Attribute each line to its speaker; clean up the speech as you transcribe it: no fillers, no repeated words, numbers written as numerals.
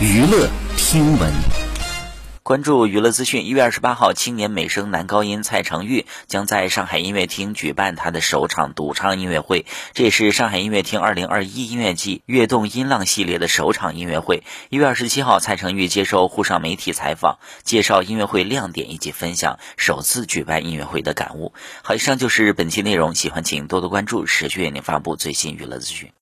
Speaker 1: 娱乐听闻。
Speaker 2: 关注娱乐资讯，1月28号，青年美声男高音蔡成玉将在上海音乐厅举办他的首场独唱音乐会，这也是上海音乐厅2021音乐季悦动音浪系列的首场音乐会。1月27号，蔡成玉接受沪上媒体采访，介绍音乐会亮点以及分享首次举办音乐会的感悟。好，以上就是本期内容，喜欢请多多关注，持续为您发布最新娱乐资讯。